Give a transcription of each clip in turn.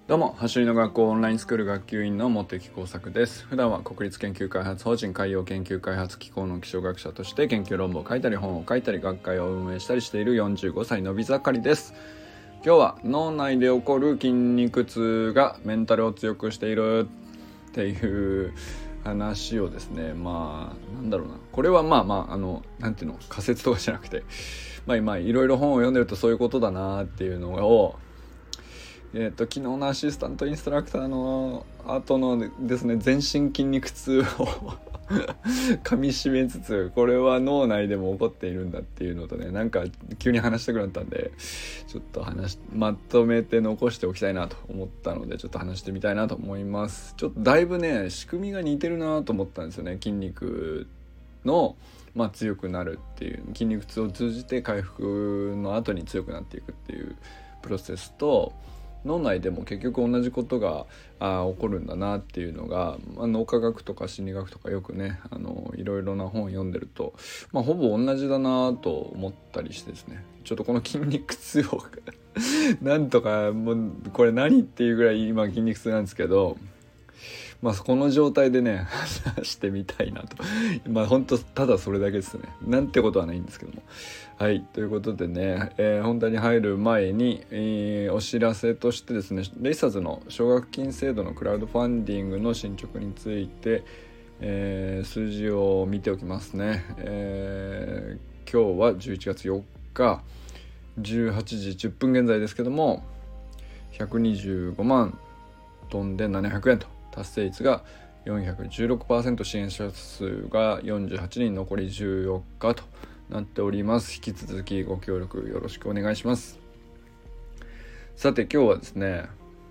どうも、走りの学校オンラインスクール学級委員の茂木耕作です。普段は国立研究開発法人海洋研究開発機構の気象学者として研究論文を書いたり本を書いたり学会を運営したりしている45歳のび盛りです。今日は脳内で起こる筋肉痛がメンタルを強くしているっていう話をですね、これはなんていうの、仮説とかじゃなくて、今いろいろ本を読んでるとそういうことだなっていうのを昨日のアシスタントインストラクターの後のですね、全身筋肉痛を噛み締めつつ、これは脳内でも起こっているんだっていうのとね、なんか急に話したくなったんで、ちょっとまとめて残しておきたいなと思ったので、ちょっと話してみたいなと思います。ちょっとだいぶね、仕組みが似てるなと思ったんですよね。筋肉の強くなるっていう、筋肉痛を通じて回復の後に強くなっていくっていうプロセスと、脳内でも結局同じことが起こるんだなっていうのが、脳科学とか心理学とかよくね、いろいろな本を読んでると、ほぼ同じだなと思ったりしてですね、ちょっとこの筋肉痛をなんとか、もうこれ何っていうぐらい今筋肉痛なんですけど、この状態でね話してみたいなと本当ただそれだけですね。なんてことはないんですけども、はい、ということでね、本題に入る前に、お知らせとしてですね、レイサーズの奨学金制度のクラウドファンディングの進捗について、数字を見ておきますね。今日は11月4日18時10分現在ですけども、125万飛んで700円と、達成率が 416%、 支援者数が48人、残り14日となっております。引き続きご協力よろしくお願いします。さて今日はですね、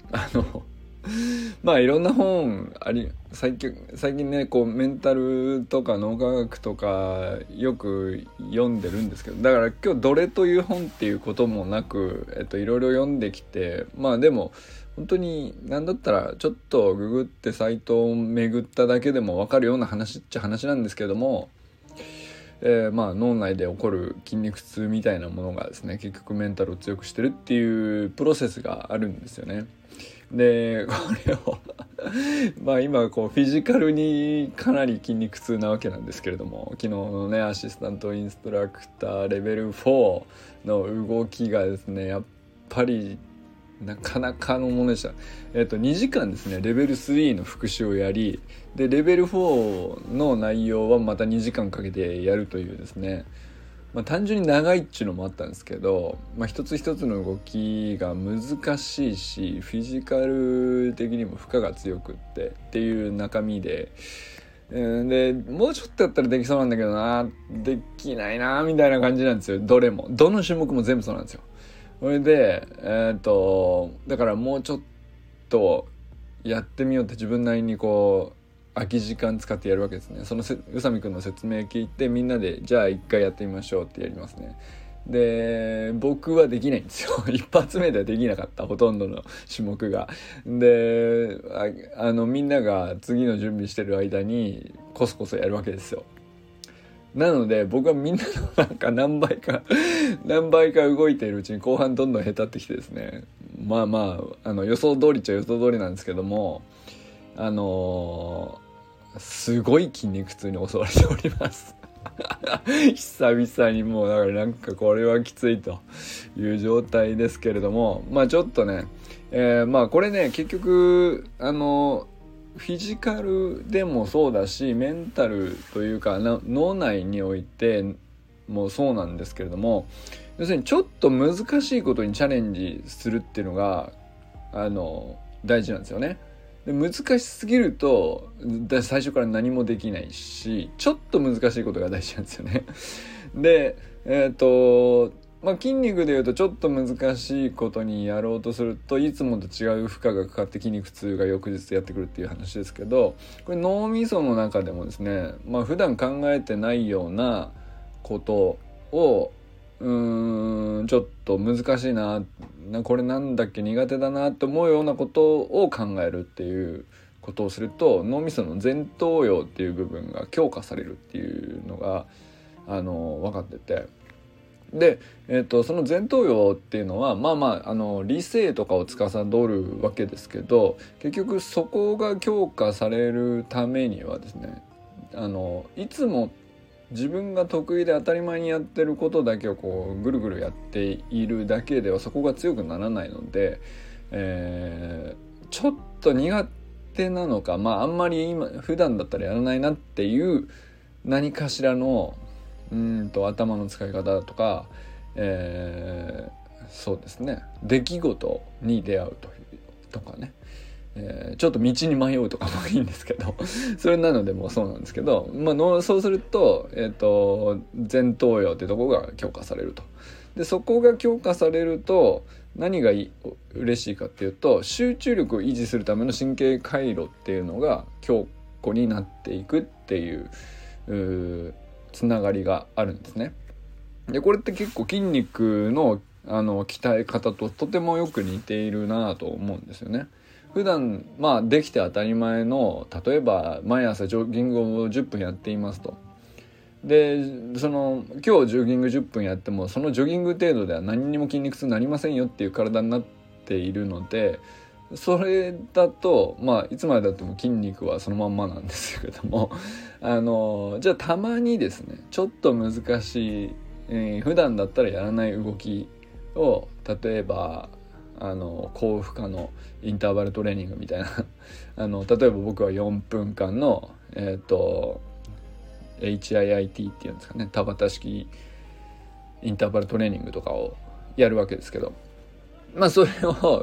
いろんな本最近ね、こうメンタルとか脳科学とかよく読んでるんですけど、だから今日どれという本っていうこともなく、いろいろ読んできて、でも本当に何だったらちょっとググってサイトを巡っただけでも分かるような話っちゃ話なんですけども、脳内で起こる筋肉痛みたいなものがですね、結局メンタルを強くしてるっていうプロセスがあるんですよね。でこれを今こうフィジカルにかなり筋肉痛なわけなんですけれども、昨日のねアシスタントインストラクターレベル4の動きがですね、やっぱりなかなかのものでした。2時間ですね、レベル3の復習をやり、でレベル4の内容はまた2時間かけてやるというですね、単純に長いっちゅうのもあったんですけど、一つ一つの動きが難しいし、フィジカル的にも負荷が強くっていう中身で、でもうちょっとやったらできそうなんだけどな、できないなみたいな感じなんですよ。どの種目も全部そうなんですよ。それでだからもうちょっとやってみようって自分なりにこう空き時間使ってやるわけですね。その宇佐美くんの説明聞いて、みんなでじゃあ一回やってみましょうってやりますね。で僕はできないんですよ一発目ではできなかった、ほとんどの種目が。でみんなが次の準備してる間にコソコソやるわけですよ。なので僕はみんなの何倍か動いているうちに後半どんどん下手ってきてですね、予想通りっちゃ予想通りなんですけども、すごい筋肉痛に襲われております久々にもうだからこれはきついという状態ですけれども、ちょっとね、これね結局フィジカルでもそうだし、メンタルというか脳内においてもそうなんですけれども、要するにちょっと難しいことにチャレンジするっていうのが大事なんですよね。で難しすぎると最初から何もできないし、ちょっと難しいことが大事なんですよね。で筋肉でいうとちょっと難しいことにやろうとするといつもと違う負荷がかかって筋肉痛が翌日やってくるっていう話ですけど、これ脳みその中でもですね、普段考えてないようなことをちょっと難しいな、これなんだっけ苦手だなって思うようなことを考えるっていうことをすると、脳みその前頭葉っていう部分が強化されるっていうのが分かってて、 で、その前頭葉っていうのは理性とかを司るわけですけど、結局そこが強化されるためにはですね、いつも自分が得意で当たり前にやってることだけをこうぐるぐるやっているだけではそこが強くならないので、ちょっと苦手なのか、あんまり普段だったらやらないなっていう何かしらの頭の使い方とか、そうですね、出来事に出会うとかね、ちょっと道に迷うとかもいいんですけどそれなのでもそうなんですけど、そうすると、前頭葉ってとこが強化されると。でそこが強化されると何が嬉しいかっていうと、集中力を維持するための神経回路っていうのが強固になっていくっていうつながりがあるんですね。でこれって結構筋肉の鍛え方ととてもよく似ているなと思うんですよね。普段できて当たり前の、例えば毎朝ジョギングを10分やっていますと。で今日ジョギング10分やってもそのジョギング程度では何にも筋肉痛になりませんよっていう体になっているので、それだといつまでだっても筋肉はそのまんまなんですけどもじゃあたまにですね、ちょっと難しい、普段だったらやらない動きを、例えば高負荷のインターバルトレーニングみたいな例えば僕は4分間のHIIT っていうんですかね、田畑式インターバルトレーニングとかをやるわけですけど、それを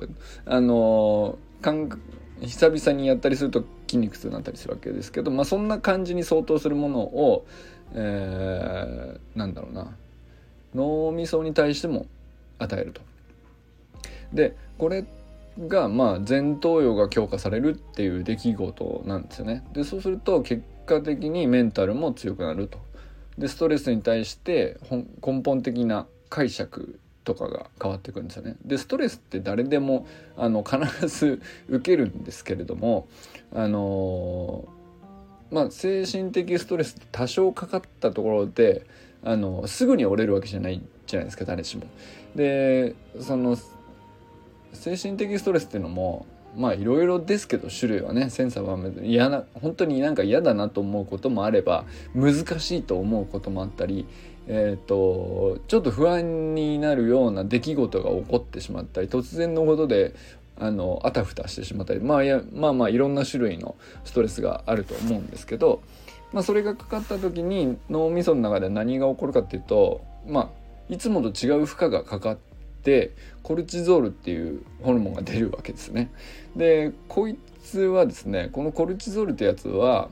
久々にやったりすると筋肉痛になったりするわけですけど、そんな感じに相当するものを、脳みそに対しても与えると。でこれが前頭葉が強化されるっていう出来事なんですよね。でそうすると結果的にメンタルも強くなると。でストレスに対して根本的な解釈とかが変わってくるんですよね。でストレスって誰でも必ず受けるんですけれども、精神的ストレスって多少かかったところですぐに折れるわけじゃないじゃないですか、誰しも。でその精神的ストレスっていうのもいろいろですけど、種類はね千差万別、本当に嫌だなと思うこともあれば難しいと思うこともあったり、ちょっと不安になるような出来事が起こってしまったり、突然のことであたふたしてしまったり、いろんな種類のストレスがあると思うんですけど、それがかかった時に脳みその中で何が起こるかっていうと、いつもと違う負荷がかかってコルチゾールっていうホルモンが出るわけですね。でこいつはですね、このコルチゾールってやつは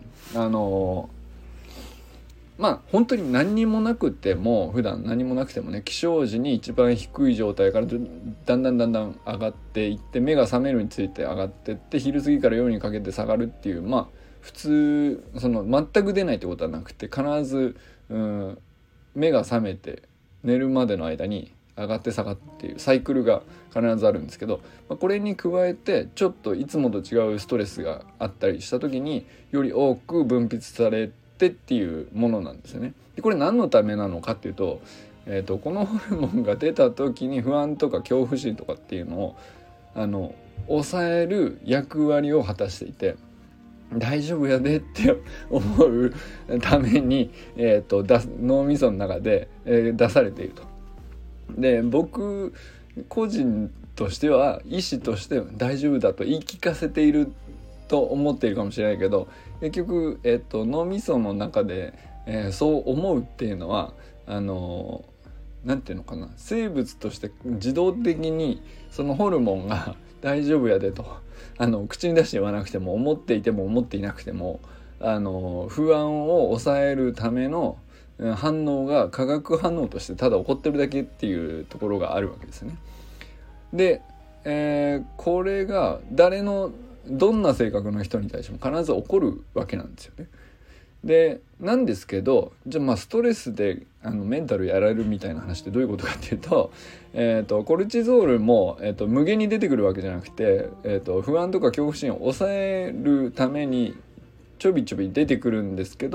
本当に何にもなくても、普段何もなくてもね、起床時に一番低い状態からだんだん上がっていって、目が覚めるについて上がっていって、昼過ぎから夜にかけて下がるっていう、普通全く出ないってことはなくて、必ず目が覚めて寝るまでの間に上がって下がってっていうサイクルが必ずあるんですけど、これに加えてちょっといつもと違うストレスがあったりした時により多く分泌されてっていうものなんですよね。でこれ何のためなのかっていうと、このホルモンが出た時に不安とか恐怖心とかっていうのを抑える役割を果たしていて、大丈夫やでって思うために、脳みその中で、出されていると。で僕個人としては意思として大丈夫だと言い聞かせていると思っているかもしれないけど、結局、脳みその中で、そう思うっていうのはなんていうのかな、生物として自動的にそのホルモンが大丈夫やでと口に出して言わなくても、思っていても思っていなくても不安を抑えるための反応が化学反応としてただ起こってるだけっていうところがあるわけですね。で、これがどんな性格の人に対しても必ず起こるわけなんですよね。でなんですけど、じゃあストレスでメンタルやられるみたいな話ってどういうことかっていうと、コルチゾールも、無限に出てくるわけじゃなくて、不安とか恐怖心を抑えるためにちょびちょび出てくるんですけど、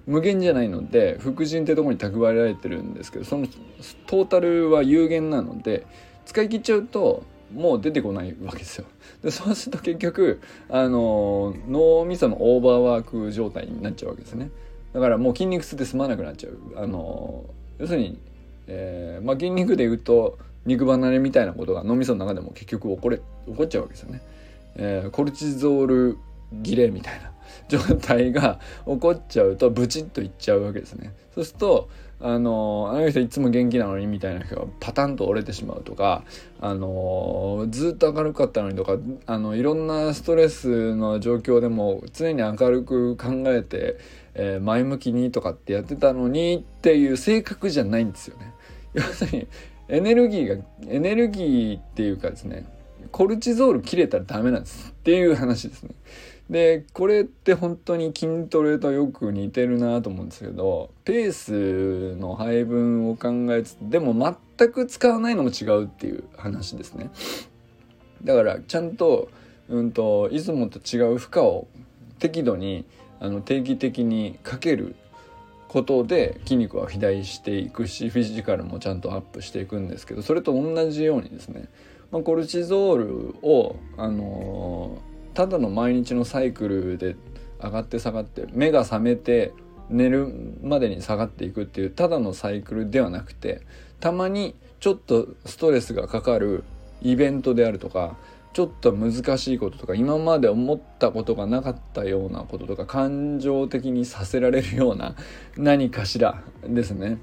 無限じゃないので副腎ってところに蓄えられてるんですけど、そのトータルは有限なので使い切っちゃうともう出てこないわけですよ。でそうすると結局脳みそのオーバーワーク状態になっちゃうわけですね。だからもう筋肉痛で済まなくなっちゃう。要するに、筋肉でいうと肉離れみたいなことが脳みその中でも結局起こっちゃうわけですよね。コルチゾール切れみたいな状態が起こっちゃうとブチッといっちゃうわけですね。そうするとあの人いつも元気なのにみたいな人がパタンと折れてしまうとか、ずっと明るかったのにとか、いろんなストレスの状況でも常に明るく考えて、前向きにとかってやってたのにっていう性格じゃないんですよね。要するにエネルギーっていうかですね、コルチゾール切れたらダメなんですっていう話ですね。でこれって本当に筋トレとよく似てるなと思うんですけど、ペースの配分を考えつつでも全く使わないのも違うっていう話ですね。だからちゃんと、いつもと違う負荷を適度に定期的にかけることで筋肉は肥大していくしフィジカルもちゃんとアップしていくんですけど、それと同じようにですね、コルチゾールをただの毎日のサイクルで上がって下がって目が覚めて寝るまでに下がっていくっていうただのサイクルではなくて、たまにちょっとストレスがかかるイベントであるとか、ちょっと難しいこととか今まで思ったことがなかったようなこととか感情的にさせられるような何かしらですね、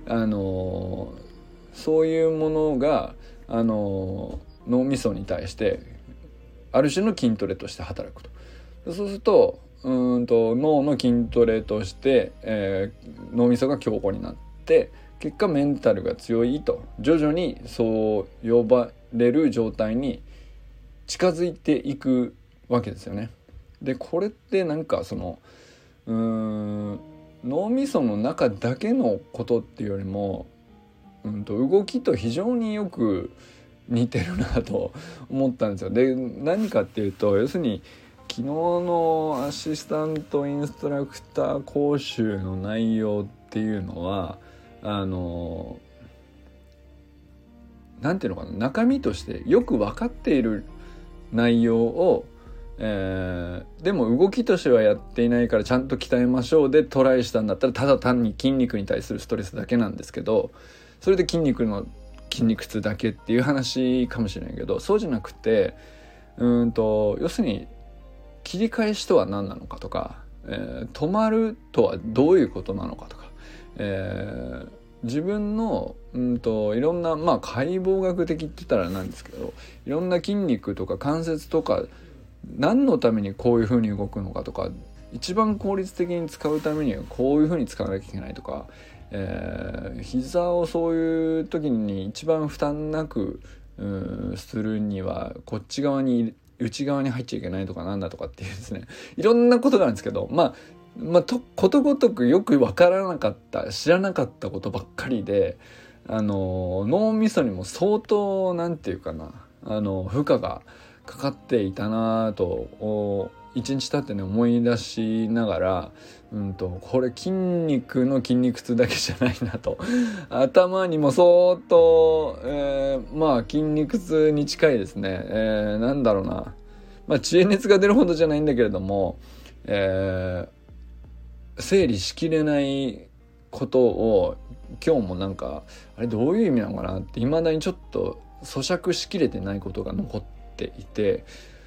そういうものが脳みそに対してある種の筋トレとして働くと。そうすると脳の筋トレとして、脳みそが強固になって結果メンタルが強いと徐々にそう呼ばれる状態に近づいていくわけですよね。でこれってなんかその脳みその中だけのことっていうよりも、動きと非常によく似てるなと思ったんですよ。で何かっていうと、要するに昨日のアシスタントインストラクター講習の内容っていうのはなんていうのかな、中身としてよく分かっている内容を、でも動きとしてはやっていないからちゃんと鍛えましょうでトライしたんだったらただ単に筋肉に対するストレスだけなんですけど、それで筋肉痛だけっていう話かもしれないけど、そうじゃなくて要するに切り返しとは何なのかとか、止まるとはどういうことなのかとか、自分のいろんな解剖学的って言ったらなんですけど、いろんな筋肉とか関節とか何のためにこういう風に動くのかとか、一番効率的に使うためにはこういう風に使わなきゃいけないとか、膝をそういう時に一番負担なくするにはこっち側に内側に入っちゃいけないとかなんだとかっていうですね、いろんなことがあるんですけど、ことごとくよく分からなかった知らなかったことばっかりで、脳みそにも相当なんていうかな負荷がかかっていたなと一日経ってね思い出しながら、これ筋肉の筋肉痛だけじゃないなと頭にも相当、筋肉痛に近いですね、なんだろうな、知恵熱が出るほどじゃないんだけれども、整理しきれないことを今日もなんかあれどういう意味なのかなって未だにちょっと咀嚼しきれてないことが残っていて、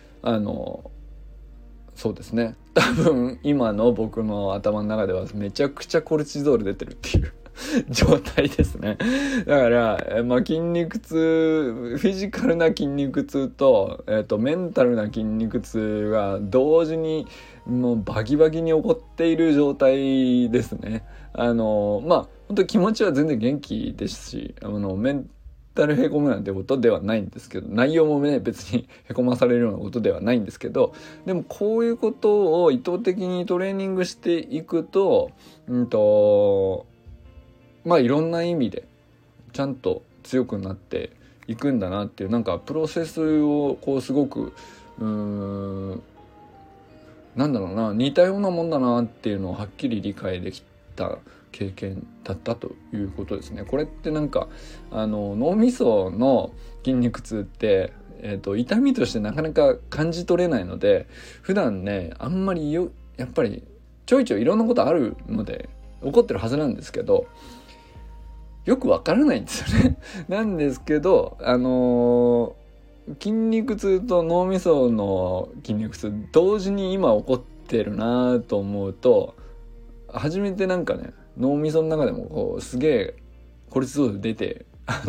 そうですね、多分今の僕の頭の中ではめちゃくちゃコルチゾール出てるっていう状態ですね。だから、筋肉痛、フィジカルな筋肉痛と、メンタルな筋肉痛が同時にもうバキバキに起こっている状態ですね。本当気持ちは全然元気ですし、メンタルへこむなんてことではないんですけど、内容もね別にへこまされるようなことではないんですけど、でもこういうことを意図的にトレーニングしていくといろんな意味でちゃんと強くなっていくんだなっていう、なんかプロセスをこうすごくなんだろうな、似たようなもんだなっていうのをはっきり理解できた経験だったということですね。これってなんか脳みその筋肉痛って、痛みとしてなかなか感じ取れないので、普段ねあんまりやっぱりちょいちょいいろんなことあるので起こってるはずなんですけど、よくわからないんですよねなんですけど筋肉痛と脳みその筋肉痛同時に今起こってるなと思うと、初めてなんかね脳みその中でもこうすげえコルチゾール出て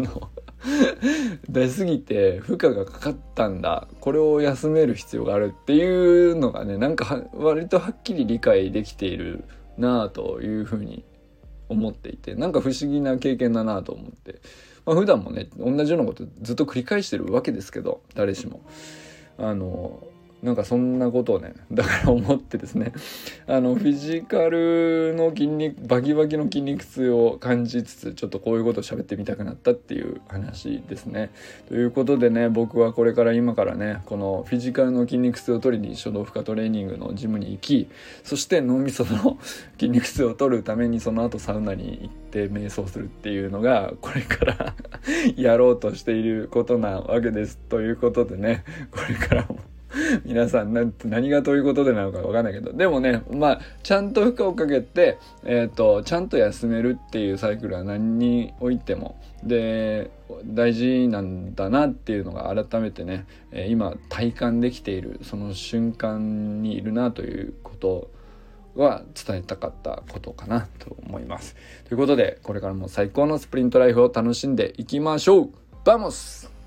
出すぎて負荷がかかったんだ、これを休める必要があるっていうのがね、なんか割とはっきり理解できているなというふうに思っていて、なんか不思議な経験だなと思って、普段もね同じようなことずっと繰り返してるわけですけど、誰しもなんかそんなことをねだから思ってですね、フィジカルのバキバキの筋肉痛を感じつつ、ちょっとこういうことを喋ってみたくなったっていう話ですね。ということでね、僕はこれから今からねこのフィジカルの筋肉痛を取りに書道負荷トレーニングのジムに行き、そして脳みその筋肉痛を取るためにその後サウナに行って瞑想するっていうのがこれからやろうとしていることなわけです。ということでね、これからも皆さん何がどういうことでなのか分かんないけど、でもねちゃんと負荷をかけて、ちゃんと休めるっていうサイクルは何においてもで大事なんだなっていうのが改めてね、今体感できているその瞬間にいるなということは伝えたかったことかなと思います。ということでこれからも最高のスプリントライフを楽しんでいきましょう。バモス。